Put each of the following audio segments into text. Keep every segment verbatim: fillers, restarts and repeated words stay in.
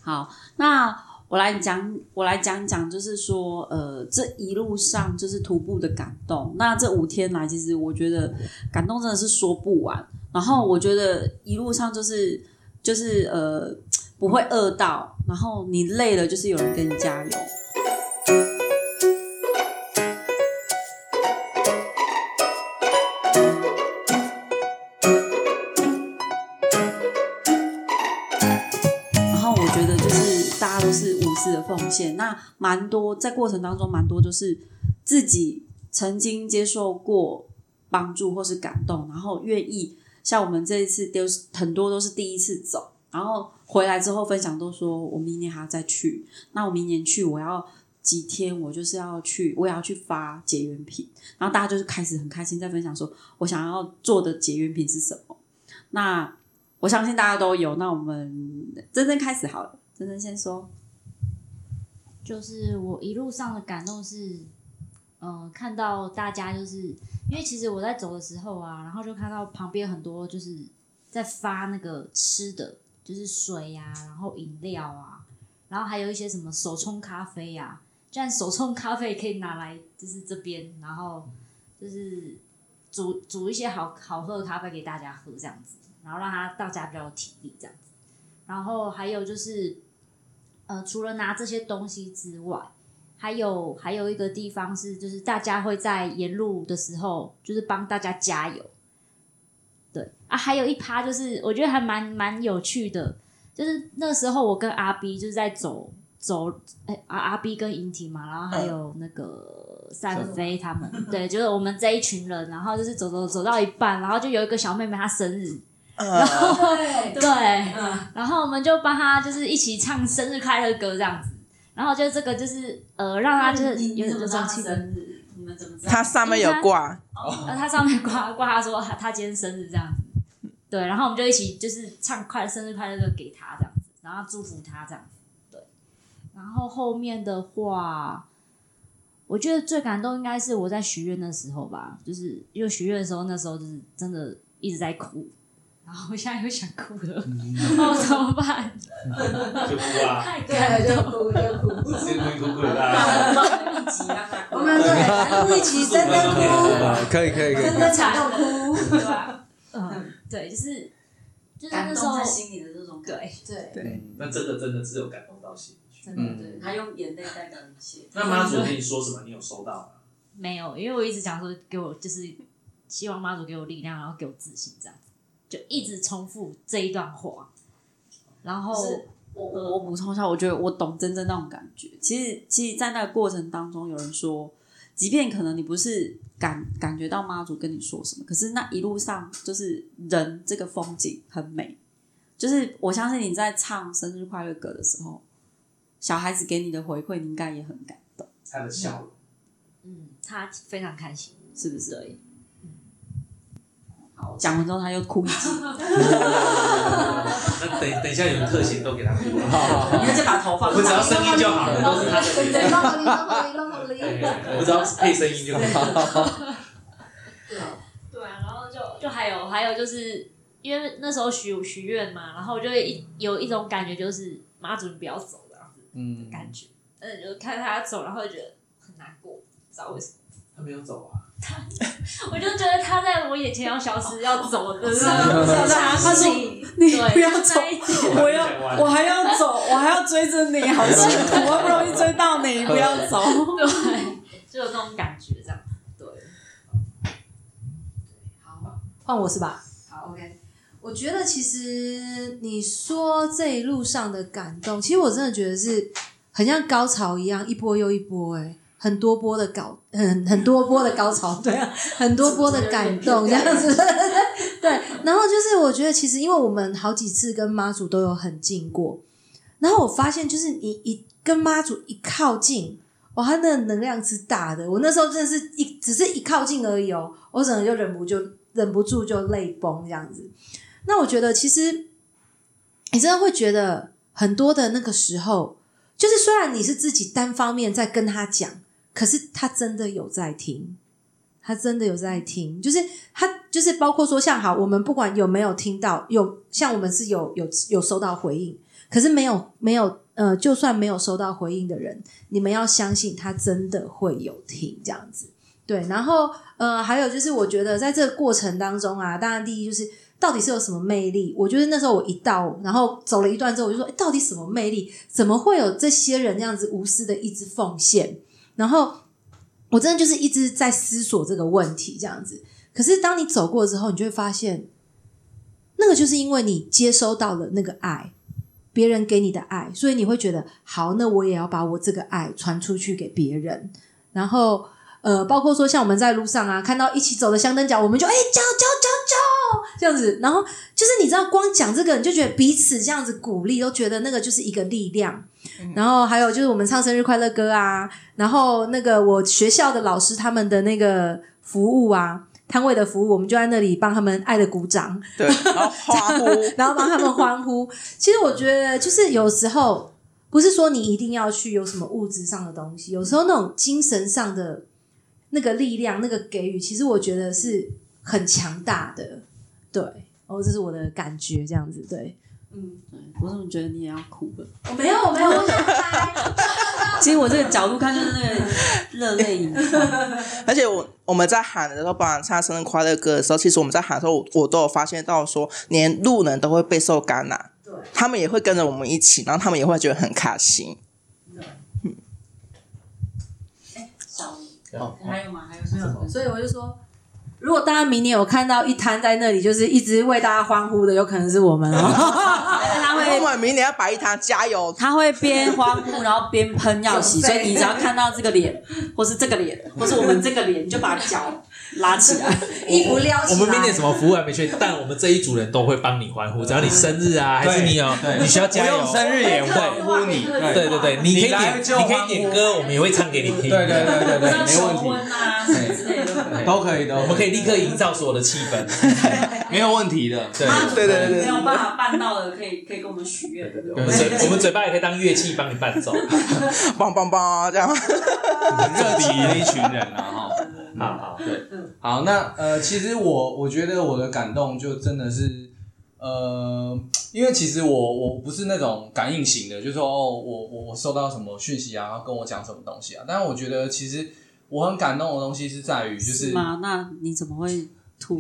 好，那我来讲，我来讲讲，就是说，呃，这一路上就是徒步的感动。那这五天来，其实我觉得感动真的是说不完。然后我觉得一路上就是就是呃不会饿到，然后你累了就是有人跟你加油。都是无私的奉献，那蛮多在过程当中蛮多就是自己曾经接受过帮助或是感动，然后愿意像我们这一次很多都是第一次走，然后回来之后分享都说我明年还要再去，那我明年去我要几天，我就是要去我也要去发结缘品，然后大家就是开始很开心在分享说我想要做的结缘品是什么。那我相信大家都有，那我们真正开始好了，真正先说。 就是我一路上的感动是，呃，看到大家就是因为其实我在走的时候啊，然后就看到旁边很多就是在发那个吃的，就是水啊，然后饮料啊，然后还有一些什么手冲咖啡啊，这样手冲咖啡也可以拿来就是这边，然后就是煮煮一些好好喝的咖啡给大家喝这样子，然后让他大家比较有体力这样子，然后还有就是。呃，除了拿这些东西之外，还有还有一个地方是，就是大家会在沿路的时候，就是帮大家加油。对啊，还有一趴就是我觉得还蛮蛮有趣的，就是那时候我跟阿 B 就是在走走，哎阿阿 B 跟莹婷嘛，然后还有那个善飞他们，对，就是我们这一群人，然后就是走走走到一半，然后就有一个小妹妹她生日。然后、uh, 对，对嗯、然后我们就帮他就是一起唱生日快乐歌这样子，然后就这个就是呃让他就是有点生气生日，你们怎么知道？ 他上面有挂， 呃他上面挂挂他说他他今天生日这样子，对，然后我们就一起就是唱快生日快乐歌给他这样子，然后祝福他这样子，对，然后后面的话，我觉得最感动应该是我在许愿的时候吧，就是因为许愿的时候那时候就是真的一直在哭。然后我现在又想哭了，嗯、哦，怎么办？ 就哭啊！ 太感动， 就哭就哭， 先哭一哭哭啦！ 我们对一起真的哭， 可以可以可以， 真的惨到哭， 对吧？嗯，对，就是就是那时候在心里的这种感觉，对对对， 那真的真的是有感动到心里去， 真的对，他用眼泪代表一切。 那妈祖跟你说什么？你有收到吗？ 没有，因为我一直讲说给我就是希望妈祖给我力量，然后给我自信这样子。就一直重复这一段话，然后我我补充一下，我觉得我懂真正那种感觉。其实，其实，在那个过程当中，有人说，即便可能你不是感感觉到妈祖跟你说什么，可是那一路上就是人这个风景很美。就是我相信你在唱生日快乐歌的时候，小孩子给你的回馈，你应该也很感动。 他的笑容， 嗯，他非常开心， 是不是？对。讲完之后他又哭一集那等等一下有人特写都给他哭了， 你就把头放我只要声音就好了，都是他的对对，弄好你弄好你弄好你， 我只要配声音就好。 对啊，然后就就还有还有就是因为那时候许许愿嘛，然后就会有一种感觉就是妈祖你不要走这样子的感觉，嗯，就看他走，然后就觉得很难过，不知道为什么。 他没有走啊。 我就觉得他在我眼前要消失要走的时候， 他说你不要走，我要我还要走，我还要追着你，好辛苦，我好不容易追到你，不要走。 对，就有这种感觉，这样对。 好，换我是吧？好 ，OK。我觉得其实你说这一路上的感动，其实我真的觉得是很像高潮一样，一波又一波、欸，哎。很多波的高，很很多波的高潮，对啊，很多波的感动这样子，对。然后就是我觉得，其实因为我们好几次跟妈祖都有很近过，然后我发现，就是你一跟妈祖一靠近，哇，他那个能量是大的。我那时候真的是一只是一靠近而已哦，我整个就忍不就忍不住就泪崩这样子。那我觉得，其实你真的会觉得很多的那个时候，就是虽然你是自己单方面在跟他讲。可是他真的有在听，他真的有在听，就是他就是包括说像好，我们不管有没有听到，有像我们是有有有收到回应， 可是没有没有呃，就算没有收到回应的人，你们要相信他真的会有听这样子。对，然后呃，还有就是我觉得在这个过程当中啊，当然第一就是到底是有什么魅力？我觉得那时候我一到，然后走了一段之后，我就说，诶，到底什么魅力？怎么会有这些人这样子无私的一直奉献？然后我真的就是一直在思索这个问题这样子。可是当你走过之后，你就会发现，那个就是因为你接收到了那个爱，别人给你的爱，所以你会觉得好，那我也要把我这个爱传出去给别人。然后呃，包括说像我们在路上啊，看到一起走的香灯脚，我们就哎叫叫叫叫这样子。然后就是你知道，光讲这个，你就觉得彼此这样子鼓励，都觉得那个就是一个力量。嗯、然后还有就是我们唱生日快乐歌啊，然后那个我学校的老师他们的那个服务啊。摊位的服务，我们就在那里帮他们爱的鼓掌， 对，然后欢呼， 然后帮他们欢呼。其实我觉得，就是有时候不是说你一定要去有什么物质上的东西，有时候那种精神上的那个力量、那个给予，其实我觉得是很强大的。对，哦，这是我的感觉，这样子，对。 嗯，对，我怎么觉得你也要哭了？ 我没有，我没有，我想拍。 其实我这个角度看就是那个热泪盈眶。 而且我我们在喊的时候，包含唱生日快乐歌的时候，其实我们在喊的时候，我, 我都有发现到说，连路人都会备受感染，对，他们也会跟着我们一起，然后他们也会觉得很开心。 对，嗯。哎，小林，还有吗？还有什么？ 所以我就说。如果大家明年有看到一摊在那里，就是一直为大家欢呼的，有可能是我们哦。 他会，我们明年要摆一摊，加油！ 他会边欢呼，然后边喷药洗，所以你只要看到这个脸，或是这个脸，或是我们这个脸，你就把脚拉起来， 衣服撩起来。 我们明年什么服务还没确定，但我们这一组人都会帮你欢呼，只要你生日啊，还是你有你需要加油， 不用生日也欢呼你。 对对对，你可以点，你可以点歌，我们也会唱给你听。 对对对对对，没问题。 啊，之类的， 都可以的， 我们可以立刻营造所有的气氛， 没有问题的。 对对对对， 没有办法办到的，可以可以跟我们许愿。 我们嘴我们嘴巴也可以当乐器帮你伴奏， 棒棒棒这样。 热情的一群人啊哈。 好好对， 好那呃，其实我我觉得我的感动就真的是呃，因为其实我我不是那种感应型的，就是说哦，我我我收到什么讯息啊，然后跟我讲什么东西啊，但是我觉得其实我很感动的东西是在于就是是吗？那你怎么会吐？秘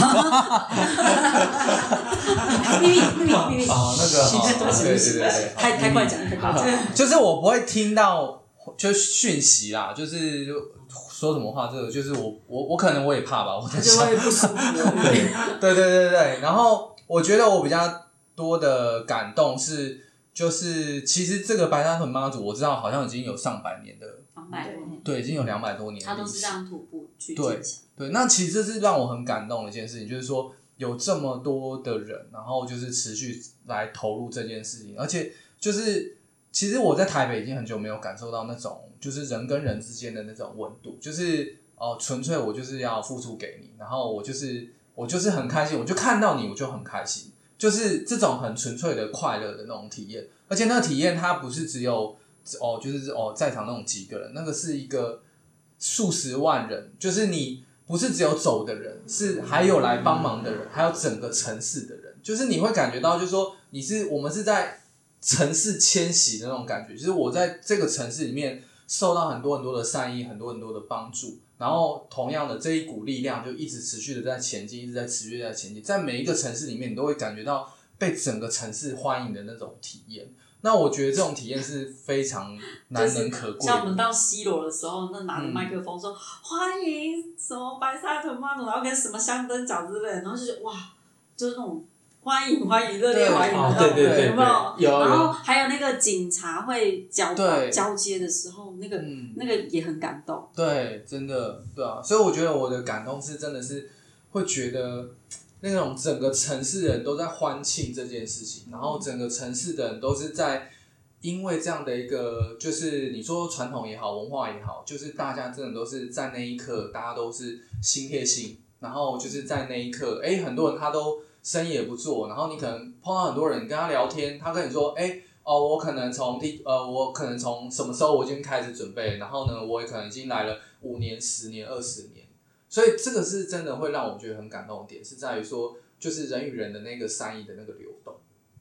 密秘密秘密哦，那个好，对对对对， 太太快讲，太快讲。 就是我不会听到就讯息啦，就是说什么话，这个就是我我我可能我也怕吧，我在就会不舒服。 对对对对对，然后我觉得我比较多的感动是，就是其实这个白沙屯妈祖，我知道好像已经有上百年的， 两百多年， 对，已经有两百多年， 他都是这样徒步去对对，那其实这是让我很感动的一件事情，就是说有这么多的人，然后就是持续来投入这件事情，而且就是其实我在台北已经很久没有感受到那种就是人跟人之间的那种温度，就是哦，纯粹我就是要付出给你，然后我就是我就是很开心，我就看到你我就很开心，就是这种很纯粹的快乐的那种体验，而且那个体验它不是只有哦，就是哦在场那种几个人，那个是一个数十万人，就是你不是只有走的人，是还有来帮忙的人，还有整个城市的人，就是你会感觉到，就是说你是我们是在城市迁徙的那种感觉，就是我在这个城市里面受到很多很多的善意，很多很多的帮助，然后同样的这一股力量就一直持续的在前进，一直在持续的在前进，在每一个城市里面，你都会感觉到被整个城市欢迎的那种体验。那我觉得这种体验是非常难能可贵的。 像我们到西螺的时候，那拿着麦克风说、嗯、欢迎什么白沙屯妈祖，然后跟什么香灯脚之类的，然后就觉得哇，就是那种欢迎欢迎热烈欢迎的那种， 对对对， 有没有？ 有。 然后还有那个警察会交交接的时候，那个、嗯、那个也很感动。 对，真的，对啊，所以我觉得我的感动是真的是会觉得。那种整个城市的人都在欢庆这件事情，然后整个城市的人都是在因为这样的一个，就是你说传统也好，文化也好，就是大家真的都是在那一刻，大家都是心贴心，然后就是在那一刻，哎，很多人他都生意也不做，然后你可能碰到很多人跟他聊天，他跟你说，哎，哦，我可能从第呃，我可能从什么时候我已经开始准备，然后呢，我也可能已经来了五年、十年、二十年。所以这个是真的会让我觉得很感动的点，是在于说，就是人与人的那个善意的那个流动。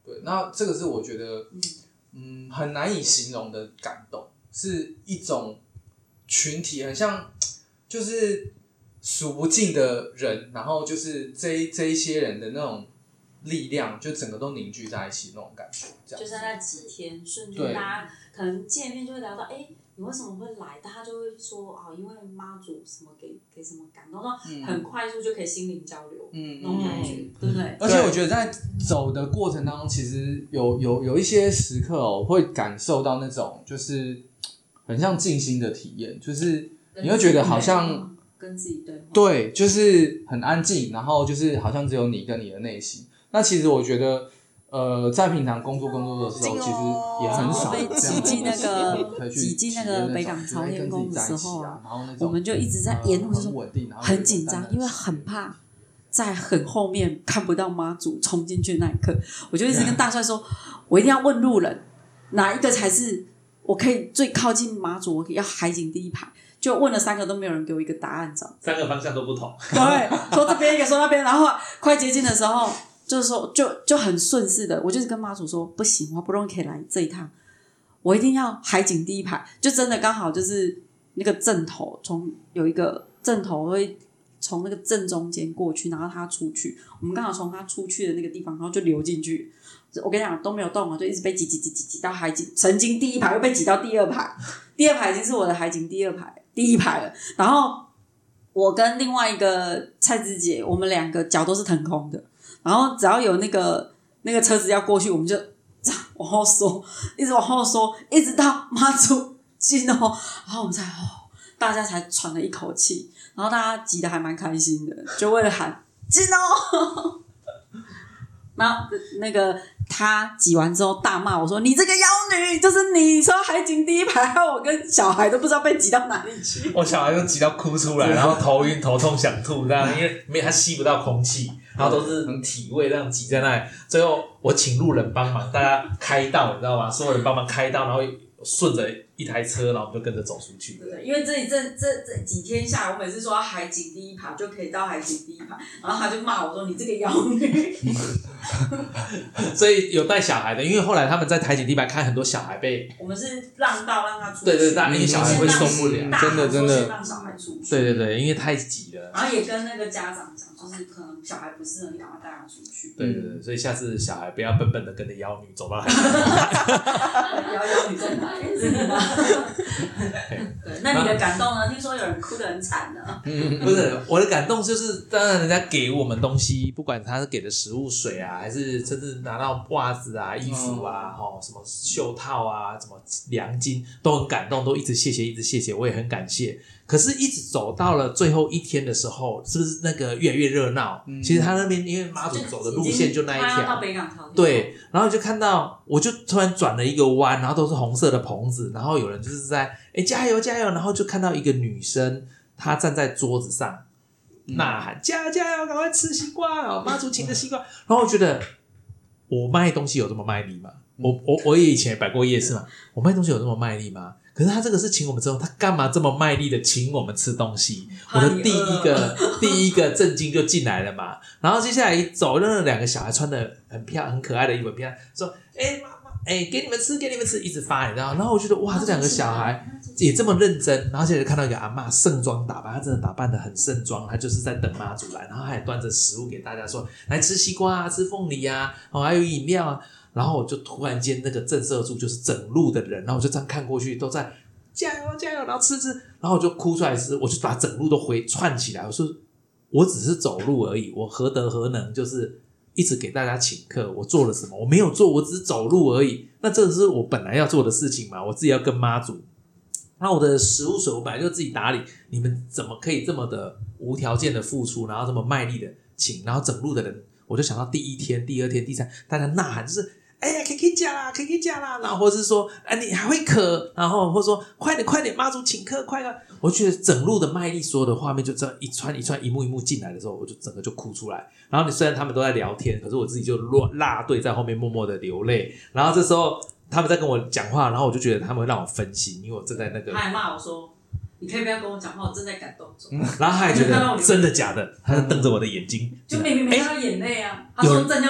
对，那这个是我觉得嗯很难以形容的感动，是一种群体，很像就是数不尽的人，然后就是这这一些人的那种力量，就整个都凝聚在一起那种感觉，这样就在那几天瞬间，大家可能见面就会聊到，哎、欸，你为什么会来？大家就会说啊，因为妈祖什么给给什么感动，到、嗯、很快速就可以心灵交流，嗯，那种感觉，嗯、对不对？ 而且我觉得在走的过程当中，其实有有有一些时刻哦，会感受到那种就是很像静心的体验，就是你会觉得好像跟自己对话， 对，就是很安静，然后就是好像只有你跟你的内心。那其实我觉得。呃，在平常工作工作的时候，其实也很少被挤进那个挤进那个北港朝天宫的时候啊，我们就一直在沿路就说很紧张，因为很怕在很后面看不到妈祖冲进去那一刻，我就一直跟大帅说，我一定要问路人哪一个才是我可以最靠近妈祖，我要海景第一排。就问了三个都没有人给我一个答案，找三个方向都不同， 对，说这边一个，说那边，然后快接近的时候。就是说，就就很顺势的，我就是跟妈祖说，不行，我好不容易可以来这一趟，我一定要海景第一排，就真的刚好就是那个正头，从有一个正头会从那个正中间过去，然后他出去，我们刚好从他出去的那个地方，然后就流进去。我跟你讲都没有动啊，就一直被挤挤挤挤挤到海景，曾经第一排又被挤到第二排，第二排已经是我的海景第二排第一排了，然后我跟另外一个蔡芝姐，我们两个脚都是腾空的。然后只要有那个那个车子要过去，我们就这样往后缩，一直往后缩，一直到妈祖进哦，然后我们才哦，大家才喘了一口气，然后大家挤得还蛮开心的，就为了喊进哦。然后那个他挤完之后大骂我说：“你这个妖女，就是你说海景第一排，害我跟小孩都不知道被挤到哪里去。” 我小孩都挤到哭出来，然后头晕、头痛、想吐，这样因为没有他吸不到空气。然后都是很体味，这样挤在那里。最后我请路人帮忙，大家开道，你知道吗？所有人帮忙开道，然后顺着一台车，然后我们就跟着走出去。 对，因为这这这这几天下来，我每次说要海景第一排就可以到海景第一排，然后他就骂我说：“你这个妖女。” 所以有带小孩的，因为后来他们在海景第一排看很多小孩被我们是让道让他出去， 对对对，因为小孩会受不了， 真的真的让小孩出去， 对对对，因为太挤了。 然后也跟那个家长讲，就是可能小孩不适合，你赶快带他出去。 对对对，所以下次小孩不要笨笨的跟着妖女走到海景。 妖妖女在哪里？是你吗？对，那你的感动呢？听说有人哭得很惨呢。 嗯，不是，我的感动就是，当然人家给我们东西，不管他是给的食物、水啊，还是甚至拿到袜子啊、衣服啊、哦、什么袖套啊、什么凉巾，都很感动，都一直谢谢，一直谢谢，我也很感谢。可是，一直走到了最后一天的时候，是不是那个越来越热闹？嗯、其实他那边因为妈祖走的路线就那一条， 到北港朝天， 对，然后就看到，我就突然转了一个弯，然后都是红色的棚子，然后有人就是在哎加油加油，然后就看到一个女生，她站在桌子上呐喊、嗯、加油加油，赶快吃西瓜哦，妈祖请的西瓜。然后我觉得我卖东西有这么卖力吗？我我我也以前也摆过夜市嘛，我卖东西有这么卖力吗？可是他这个是请我们之后，他干嘛这么卖力的请我们吃东西？我的第一个第一个震惊就进来了嘛。然后接下来一走，那两个小孩穿的很漂亮、很可爱的衣服，很漂亮，说：“哎、欸、妈妈，哎、欸，给你们吃，给你们吃，一直发，你知道？”然后我觉得哇，这两个小孩也这么认真。然后接着看到一个阿嬷盛装打扮，她真的打扮得很盛装，她就是在等妈祖来，然后还端着食物给大家说：“来吃西瓜啊，吃凤梨啊，哦，还有饮料啊。”然后我就突然间那个震慑住，就是整路的人，然后我就这样看过去，都在加油加油，然后吃吃，然后我就哭出来吃，我就把整路都回串起来。我说我只是走路而已，我何德何能，就是一直给大家请客，我做了什么？我没有做，我只是走路而已。那这是我本来要做的事情嘛，我自己要跟妈祖。那我的食物水我本来就自己打理，你们怎么可以这么的无条件的付出，然后这么卖力的请，然后整路的人，我就想到第一天、第二天、第三，大家呐喊就是。哎呀，可以可以加啦，可以可以加啦，然后或者是说，哎，你还会渴，然后或者说，快点快点，妈祖请客，快点！我觉得整路的卖力，所有的画面就这样一串一串、一幕一幕进来的时候，我就整个就哭出来。然后你虽然他们都在聊天，可是我自己就落队在后面默默的流泪。然后这时候他们在跟我讲话，然后我就觉得他们会让我分心，因为我正在那个。 他还骂我说。你可以不要跟我讲话，我正在感动中。 嗯、然后他还觉得真的假的，他就瞪着我的眼睛。 就明明没看到眼泪啊，他说正要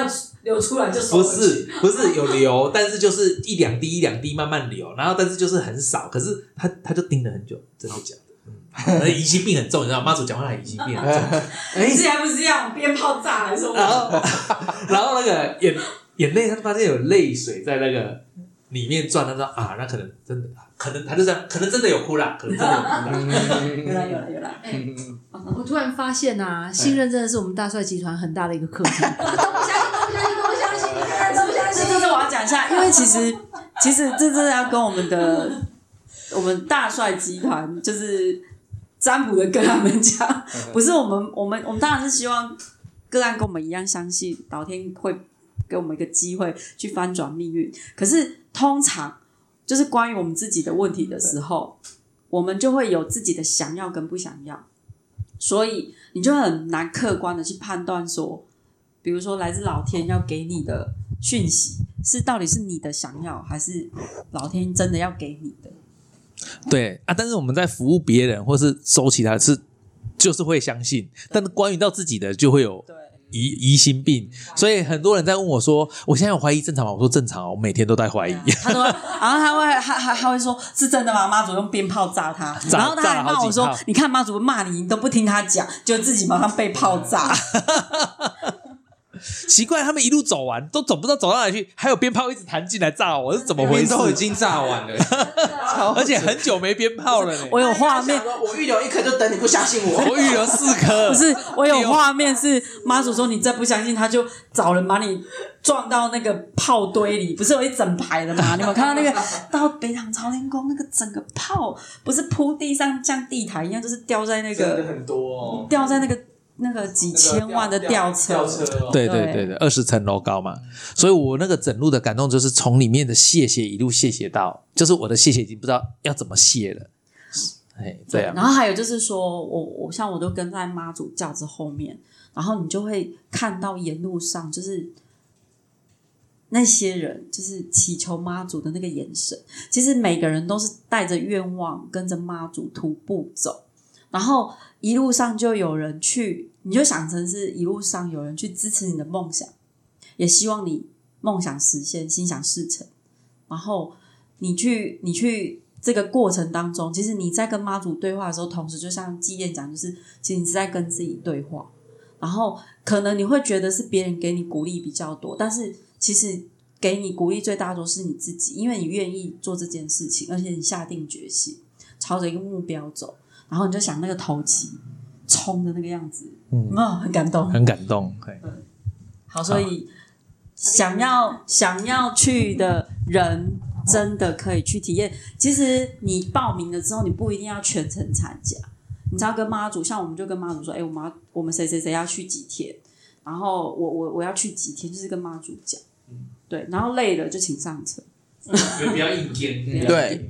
流出来就收不回去是不是有流，但是就是一两滴一两滴慢慢流，然后但是就是很少，可是他他就盯了很久，真的假的？嗯，疑心病很重，你知道妈祖讲话他疑心病很重。 之前不是要鞭炮炸还是什么？ 然后然后那个眼眼泪，他发现有泪水在那个里面转，他说啊，那可能真的，可能他就这样，可能真的有哭啦，可能真的有哭啦。 有啦有啦有啦。哎， 我突然发现啊，信任真的是我们大帅集团很大的一个课题。都不相信，都不相信，都不相信，都不相信。 这是我要讲一下，因为其实其实这真的要跟我们的我们大帅集团就是占卜的个案们讲，不是我们我们我们当然是希望个案跟我们一样相信老天会给我们一个机会去翻转命运。可是通常就是关于我们自己的问题的时候，我们就会有自己的想要跟不想要，所以你就很难客观的去判断说，比如说来自老天要给你的讯息是到底是你的想要，还是老天真的要给你的。 对啊，但是我们在服务别人或是收其他的是就是会相信，但是关于到自己的就会有疑疑心病，所以很多人在问我说：“我现在有怀疑正常吗？”我说：“正常哦，我每天都在怀疑。”他说，然后他会他他他会说：“是真的吗？”妈祖用鞭炮炸他，炸然后他还骂我说：“你看妈祖骂你，你都不听他讲，就自己马上被炮炸。” 奇怪，他们一路走完都走不知道走到哪里去，还有鞭炮一直弹进来炸我，是怎么回事？ 都已经炸完了， 而且很久没鞭炮了呢。 我有画面， 我预留一颗就等你不相信我， 我预留四颗。 不是，我有画面是妈祖说你再不相信，他就找人把你撞到那个炮堆里，不是有一整排的吗？你有没有看到那个到北港朝天宫那个整个炮，不是铺地上像地毯一样，就是掉在那个很多哦， 掉在那个。那个几千万的吊车， 吊车哦、 对对对对，二十层楼高嘛，所以我那个整路的感动就是从里面的谢谢一路谢谢到，就是我的谢谢已经不知道要怎么谢了，哎，这样。 然后还有就是说我我像我都跟在妈祖轿子后面，然后你就会看到沿路上就是那些人就是祈求妈祖的那个眼神，其实每个人都是带着愿望跟着妈祖徒步走。然后一路上就有人去，你就想成是一路上有人去支持你的梦想，也希望你梦想实现，心想事成。然后你去，你去这个过程当中，其实你在跟妈祖对话的时候，同时就像纪燕讲，就是其实你是在跟自己对话。然后可能你会觉得是别人给你鼓励比较多，但是其实给你鼓励最大多是你自己，因为你愿意做这件事情，而且你下定决心朝着一个目标走。然后你就想那个头旗冲的那个样子，嗯，有没有很感动？ 很感动。 嗯，好，所以想要想要去的人，真的可以去体验。其实你报名了之后，你不一定要全程参加，你只要跟妈祖，像我们就跟妈祖说，哎，我们要我们谁谁谁要去几天，然后我我我要去几天，就是跟妈祖讲，嗯，对，然后累了就请上车， 也不要硬坚， 对。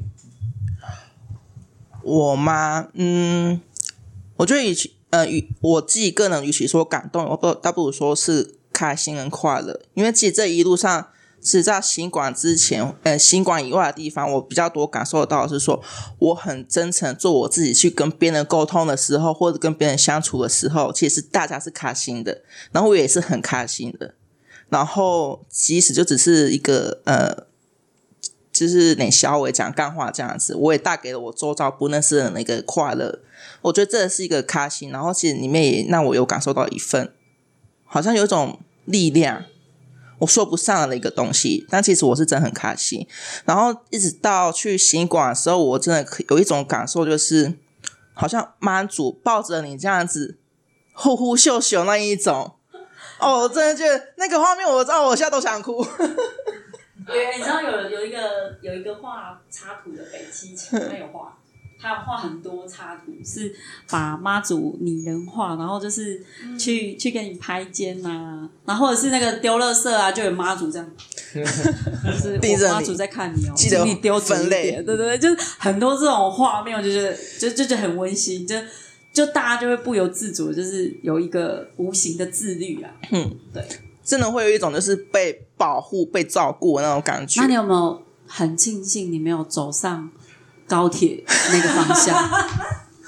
我吗？嗯，我觉得与其呃，与我自己个人与其说感动，我不倒不如说是开心跟快乐。因为其实这一路上，是在行馆之前，呃，行馆以外的地方，我比较多感受到的是说，我很真诚做我自己，去跟别人沟通的时候，或者跟别人相处的时候，其实大家是开心的，然后我也是很开心的。然后即使就只是一个呃。就是冷小伟讲干话这样子，我也带给了我周遭不认识的人的一个快乐。我觉得这是一个开心，然后其实里面也让我有感受到一份，好像有一种力量，我说不上的一个东西。但其实我是真的很开心。然后一直到去行馆的时候，我真的有一种感受，就是好像妈祖抱着你这样子，呼呼秀秀那一种。哦，我真的觉得那个画面，我知道我现在都想哭。 你知道有有一个有一个画插图的北七强，他有画，他有画很多插图，是把妈祖拟人化，然后就是去、嗯、去给你拍肩啊，然后或者是那个丢垃圾啊，就有妈祖这样，就是我妈祖在看你哦， 记得你丢分类，对对对，就是很多这种画面，我就觉得就就就很温馨，就就大家就会不由自主，就是有一个无形的自律啊，嗯，对。 真的会有一种就是被保护、被照顾的那种感觉。 那你有没有很庆幸你没有走上高铁那个方向？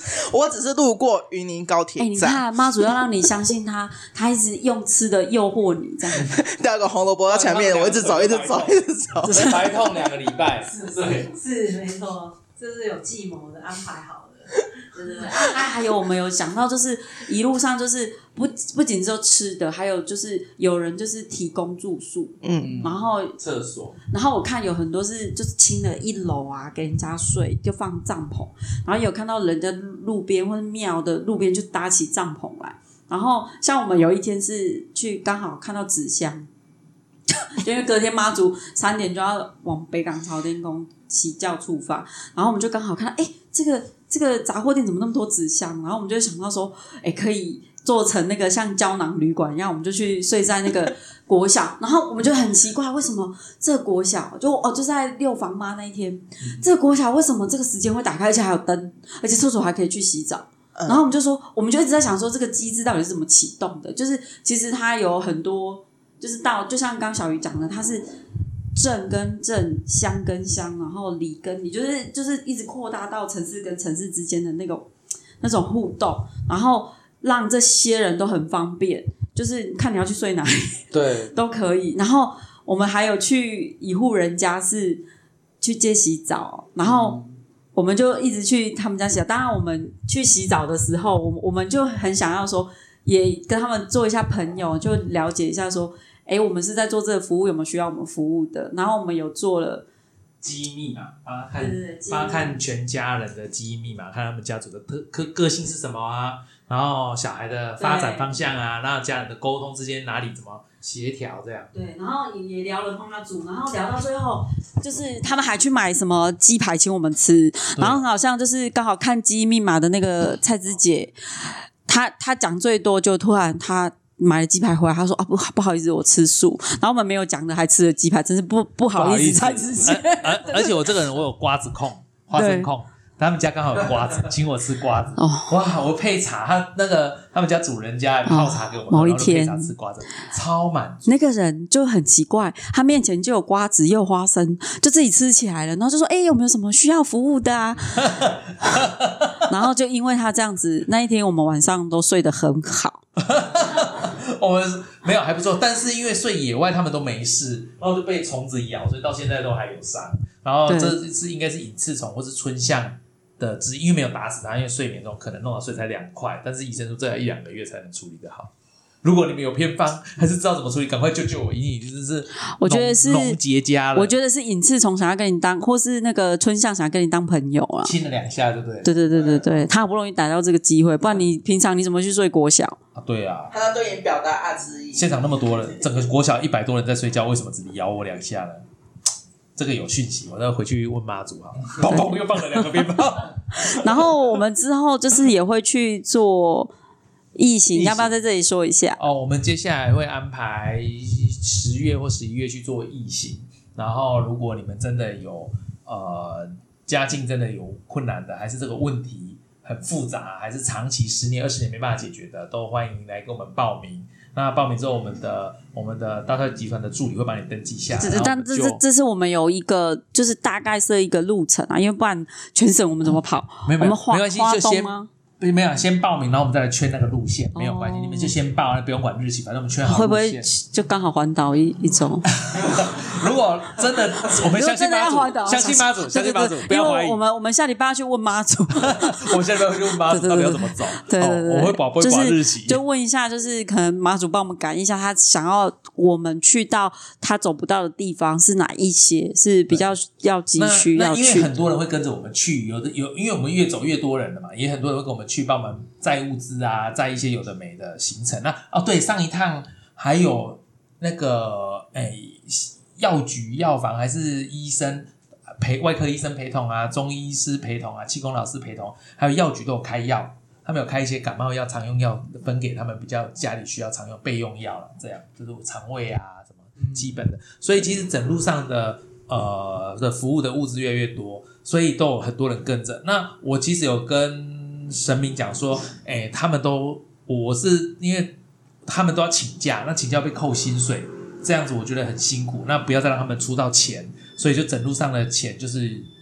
我只是路过云林高铁哎、你站， 看妈祖要让你相信他，他一直用吃的诱惑你，这样掉个红萝卜在前面，我一直走，一直走，一直走。 我白痛两个礼拜， 对， 是没错，这是有计谋的安排好的。 对对对，啊，还有我们有讲到，就是一路上就是不不仅只有吃的，还有就是有人就是提供住宿， 嗯， 然后厕所， 然后我看有很多是就是清了一楼啊，给人家睡，就放帐篷，然后有看到人在路边或者庙的路边就搭起帐篷来，然后像我们有一天是去刚好看到纸箱。因为隔天妈祖三点就要往北港朝天宫起轿出发，然后我们就刚好看到，哎，这个这个杂货店怎么那么多纸箱？然后我们就想到说，哎，可以做成那个像胶囊旅馆一样，我们就去睡在那个国小。然后我们就很奇怪，为什么这个国小就哦就在六房妈那一天，这个国小为什么这个时间会打开，而且还有灯，而且厕所还可以去洗澡？然后我们就说，我们就一直在想说，这个机制到底是怎么启动的？就是其实它有很多。就是到，就像刚刚小鱼讲的，它是镇跟镇、乡跟乡，然后里跟里，就是就是一直扩大到城市跟城市之间的那种那种互动，然后让这些人都很方便，就是看你要去睡哪里， 对， 都可以。然后我们还有去一户人家是去接洗澡，然后我们就一直去他们家洗澡。当然，我们去洗澡的时候，我我们就很想要说，也跟他们做一下朋友，就了解一下说。哎，我们是在做这个服务，有没有需要我们服务的？然后我们有做了机密嘛，帮他看， 对对对帮他看全家人的基因密码，看他们家族的特个个性是什么啊，然后小孩的发展方向啊，然后家人的沟通之间哪里怎么协调这样。 对，然后也聊了妈祖，然后聊到最后，就是他们还去买什么鸡排请我们吃，然后好像就是刚好看基因密码的那个蔡芝姐，她她讲最多，就突然她。买了鸡排回来，他说啊不不好意思，我吃素。然后我们没有讲的，还吃了鸡排，真是不不好意思，蔡芝姐。 而而而且我这个人我有瓜子控，花生控，他们家刚好有瓜子，请我吃瓜子。 哦， 哇，我配茶，他那个他们家主人家泡茶给我们， 某一天然后配茶吃瓜子，超满足。 那个人就很奇怪，他面前就有瓜子又有花生，就自己吃起来了，然后就说：“哎、欸，有没有什么需要服务的啊？”然后就因为他这样子，那一天我们晚上都睡得很好。 我们没有还不错，但是因为睡野外他们都没事，然后就被虫子咬，所以到现在都还有伤。然后这是应该是隐翅虫或是春象的只因为没有打死它，因为睡眠中可能弄到睡才两块，但是医生说这要一两个月才能处理得好。如果你们有偏方还是知道怎么处理，赶快救救我！因为你就是我觉得是农结痂了， 我觉得是隐翅虫想要跟你当，或是那个春象想要跟你当朋友啦， 亲了两下，对不对？ 对对对对对，他好不容易逮到这个机会，不然你平常你怎么去睡国小？ 啊，对啊， 他在对你表达爱之意。 现场那么多人，整个国小一百多人在睡觉，为什么只咬我两下呢？这个有讯息，我再回去问妈祖好了。砰砰，又放了两个鞭炮。 然后我们之后就是也会去做异行，要不要在这里说一下？ 哦，我们接下来会安排十月或十一月去做异行，然后如果你们真的有呃家境真的有困难的，还是这个问题很复杂，还是长期十年二十年没办法解决的，都欢迎来给我们报名。那报名之后，我们的我们的大特集团的助理会帮你登记下来。 但这这这是我们有一个就是大概设一个路程啊，因为不然全省我们怎么跑？ 没有没有， 我们花没关系， 花就先东吗？ 没有，先报名，然后我们再来圈那个路线，没有关系，你们就先报，不用管日期，反正我们圈好会不路线。 会就刚好环岛一一周？ 如果真的，我们相信妈祖， 如果真的要环岛相信妈祖，相信妈祖，不要怀疑。 因为我们我们下礼拜要去问妈祖， 我们下礼拜要去问妈祖到底要怎么走。 对对对， 我会保不会保日期， 就问一下，就是可能妈祖帮我们赶一下，他想要我们去到他走不到的地方是哪一些，是比较要急需要去。 因为很多人会跟着我们去，有的有，因为我们越走越多人了嘛，也很多人会跟我们去帮我们载物资啊，载一些有的没的行程。那哦，对，上一趟还有那个诶。药局、药房还是医生陪外科医生陪同啊，中医师陪同啊，气功老师陪同，还有药局都有开药，他们有开一些感冒药、常用药分给他们比较家里需要常用备用药了，这样就是肠胃啊什么基本的。所以其实整路上的呃的服务的物资越来越多，所以都有很多人跟着。那我其实有跟神明讲说，哎，他们都我是因为他们都要请假，那请假被扣薪水。这样子我觉得很辛苦，那不要再让他们出到钱，所以就整路上的钱就是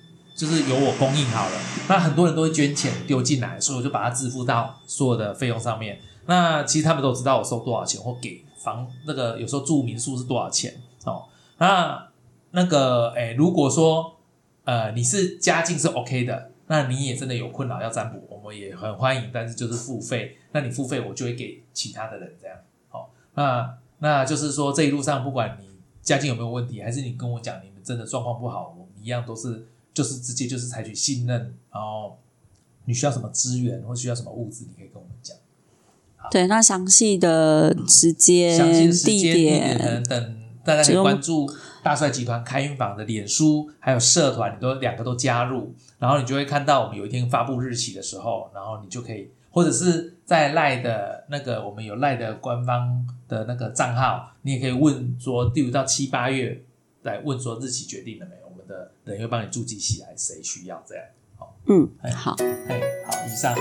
就是由我供应好了。那很多人都会捐钱丢进来，所以我就把它支付到所有的费用上面。那其实他们都知道我收多少钱，或给房那个有时候住民宿是多少钱哦。那那个诶，如果说呃你是家境是 OK 的，那你也真的有困扰要占卜，我们也很欢迎，但是就是付费。那你付费，我就会给其他的人这样。好、哦，那那就是说这一路上，不管你家境有没有问题，还是你跟我讲你们真的状况不好，我们一样都是就是直接就是采取信任，然后你需要什么资源或需要什么物资，你可以跟我们讲。 对，那详细的时间、 详细的时间地地点，可点， 能等大家可以关注大帅集团开运坊的脸书，还有社团，你都两个都加入，然后你就会看到我们有一天发布日期的时候，然后你就可以，或者是在 LINE 的那个，我们有 LINE 的官方的那个账号，你也可以问说，例如到七八月来问说日期决定了没有，我们的人会帮你注记起来，谁需要这样。好， 嗯， 哎好， 嘿，好，以上。